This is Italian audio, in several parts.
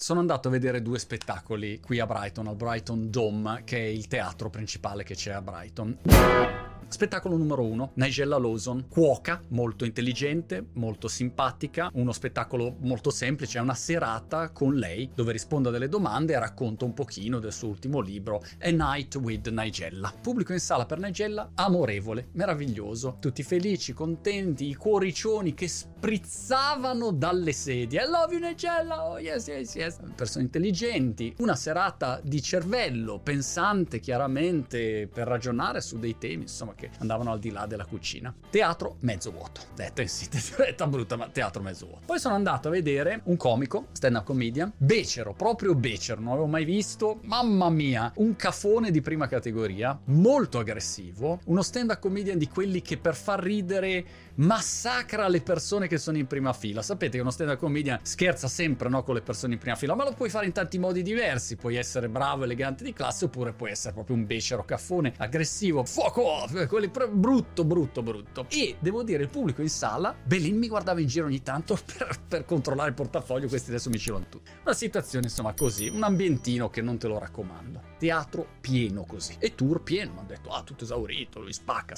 sono andato a vedere 2 spettacoli qui a Brighton, al Brighton Dome, che è il teatro principale che c'è a Brighton. Spettacolo numero 1, Nigella Lawson, cuoca, molto intelligente, molto simpatica, uno spettacolo molto semplice, è una serata con lei dove risponde a delle domande e racconta un pochino del suo ultimo libro, A Night with Nigella. Pubblico in sala per Nigella, amorevole, meraviglioso, tutti felici, contenti, i cuoricioni che sprizzavano dalle sedie. I love you Nigella, oh yes, yes, yes. Persone intelligenti, una serata di cervello, pensante chiaramente per ragionare su dei temi, insomma, che andavano al di là della cucina. Teatro mezzo vuoto, detta in sintesi, detta brutta, ma teatro mezzo vuoto. Poi sono andato a vedere un comico, stand-up comedian, becero, proprio becero, non avevo mai visto, mamma mia, un cafone di prima categoria, molto aggressivo, uno stand-up comedian di quelli che per far ridere massacra le persone che sono in prima fila. Sapete che uno stand-up comedian scherza sempre, no, con le persone in prima fila, ma lo puoi fare in tanti modi diversi, puoi essere bravo, elegante di classe, oppure puoi essere proprio un becero cafone, aggressivo, fuoco off, quelli brutto. E devo dire, il pubblico in sala, Belin mi guardava in giro ogni tanto per controllare il portafoglio, questi adesso mi cilano tutti. Una situazione insomma così, un ambientino che non te lo raccomando. Teatro pieno così, e tour pieno, mi hanno detto, tutto esaurito, lui spacca,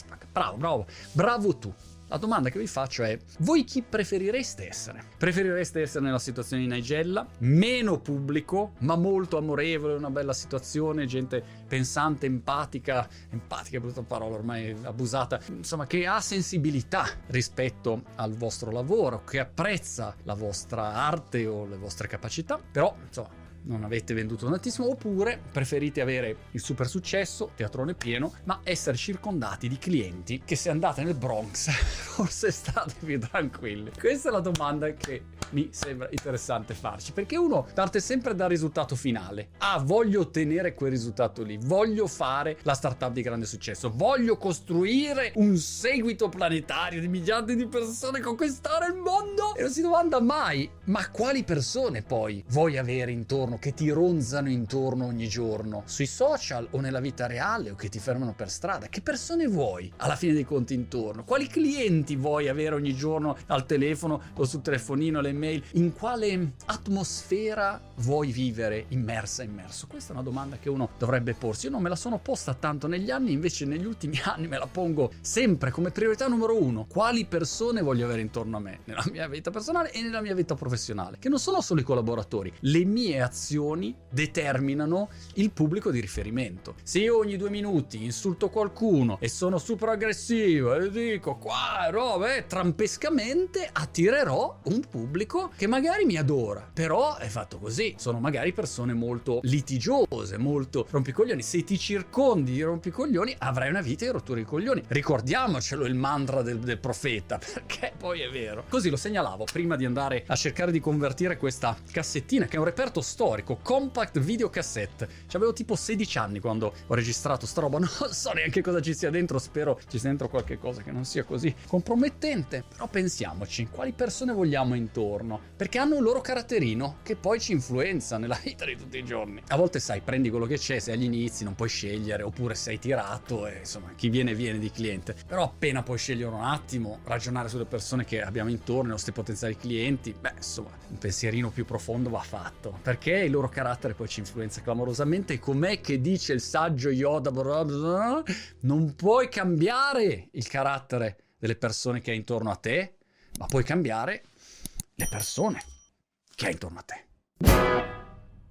bravo tu. La domanda che vi faccio è: voi chi preferireste essere? Preferireste essere nella situazione di Nigella? Meno pubblico, ma molto amorevole, una bella situazione, gente pensante, empatica è brutta parola ormai abusata, insomma, che ha sensibilità rispetto al vostro lavoro, che apprezza la vostra arte o le vostre capacità, però insomma non avete venduto tantissimo, oppure preferite avere il super successo, teatrone pieno, ma essere circondati di clienti che se andate nel Bronx forse state più tranquilli? Questa è la domanda che mi sembra interessante farci, perché uno parte sempre dal risultato finale. Voglio ottenere quel risultato lì, voglio fare la startup di grande successo, voglio costruire un seguito planetario di miliardi di persone, conquistare il mondo, e non si domanda mai, ma quali persone poi vuoi avere intorno, che ti ronzano intorno ogni giorno, sui social o nella vita reale, o che ti fermano per strada? Che persone vuoi alla fine dei conti intorno? Quali clienti vuoi avere ogni giorno al telefono o sul telefonino, le mail? In quale atmosfera vuoi vivere immerso? Questa è una domanda che uno dovrebbe porsi. Io non me la sono posta tanto negli anni, invece negli ultimi anni me la pongo sempre come priorità numero 1. Quali persone voglio avere intorno a me nella mia vita personale e nella mia vita professionale? Che non sono solo i collaboratori. Le mie azioni determinano il pubblico di riferimento. Se io ogni 2 minuti insulto qualcuno e sono super aggressivo e dico qua roba, trampescamente attirerò un pubblico che magari mi adora, però è fatto così, sono magari persone molto litigiose, molto rompicoglioni. Se ti circondi di rompicoglioni avrai una vita di rottura di coglioni. Ricordiamocelo il mantra del profeta, perché poi è vero. Così lo segnalavo prima di andare a cercare di convertire questa cassettina, che è un reperto storico, compact videocassette. C'avevo tipo 16 anni quando ho registrato sta roba, non so neanche cosa ci sia dentro, spero ci sia dentro qualche cosa che non sia così compromettente. Però pensiamoci, quali persone vogliamo intorno, perché hanno un loro caratterino che poi ci influenza nella vita di tutti i giorni. A volte sai, prendi quello che c'è, sei agli inizi, non puoi scegliere, oppure sei tirato e insomma chi viene di cliente. Però appena puoi scegliere un attimo, ragionare sulle persone che abbiamo intorno, i nostri potenziali clienti, insomma un pensierino più profondo va fatto, perché il loro carattere poi ci influenza clamorosamente. E com'è che dice il saggio Yoda, non puoi cambiare il carattere delle persone che hai intorno a te, ma puoi cambiare le persone che hai intorno a te.